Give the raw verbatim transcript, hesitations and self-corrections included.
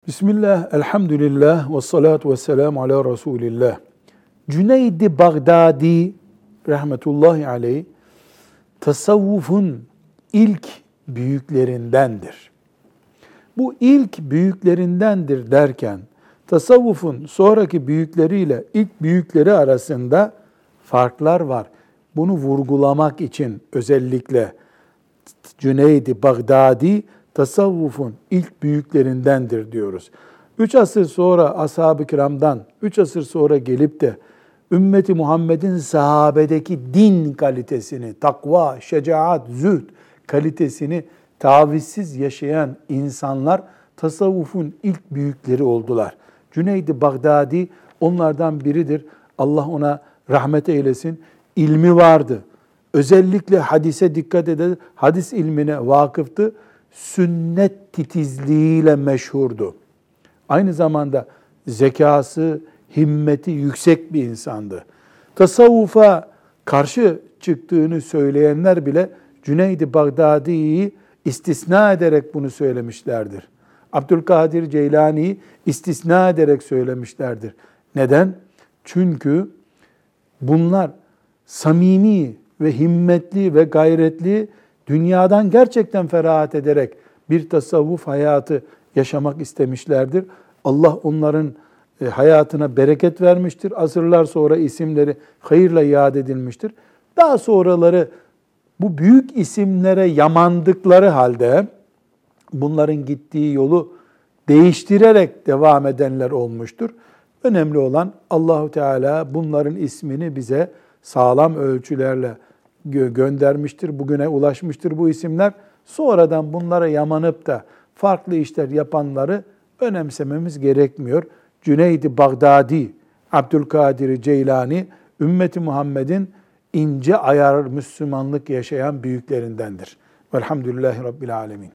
Bismillah, elhamdülillah, ve salatu ve selamu ala Resulillah. Cüneyd-i Bağdadi rahmetullahi aleyh, tasavvufun ilk büyüklerindendir. Bu ilk büyüklerindendir derken, tasavvufun sonraki büyükleriyle ilk büyükleri arasında farklar var. Bunu vurgulamak için özellikle Cüneyd-i Bağdadi, tasavvufun ilk büyüklerindendir diyoruz. Üç asır sonra ashab-ı kiramdan, üç asır sonra gelip de ümmeti Muhammed'in sahabedeki din kalitesini, takva, şecaat, zühd kalitesini tavizsiz yaşayan insanlar tasavvufun ilk büyükleri oldular. Cüneyd-i Bağdadi onlardan biridir. Allah ona rahmet eylesin. İlmi vardı. Özellikle hadise dikkat eder, hadis ilmine vakıftı. Sünnet titizliğiyle meşhurdu. Aynı zamanda zekası, himmeti yüksek bir insandı. Tasavvufa karşı çıktığını söyleyenler bile Cüneyd-i Bağdadi'yi istisna ederek bunu söylemişlerdir. Abdülkadir Ceylani'yi istisna ederek söylemişlerdir. Neden? Çünkü bunlar samimi ve himmetli ve gayretli, dünyadan gerçekten ferahat ederek bir tasavvuf hayatı yaşamak istemişlerdir. Allah onların hayatına bereket vermiştir. Asırlar sonra isimleri hayırla yad edilmiştir. Daha sonraları bu büyük isimlere yamandıkları halde bunların gittiği yolu değiştirerek devam edenler olmuştur. Önemli olan Allahu Teala bunların ismini bize sağlam ölçülerle gö- göndermiştir. Bugüne ulaşmıştır bu isimler. Sonradan bunlara yamanıp da farklı işler yapanları önemsememiz gerekmiyor. Cüneyd-i Bağdadi, Abdülkadir Ceylani, ümmeti Muhammed'in ince ayar Müslümanlık yaşayan büyüklerindendir. Velhamdülillahi Rabbil Alemin.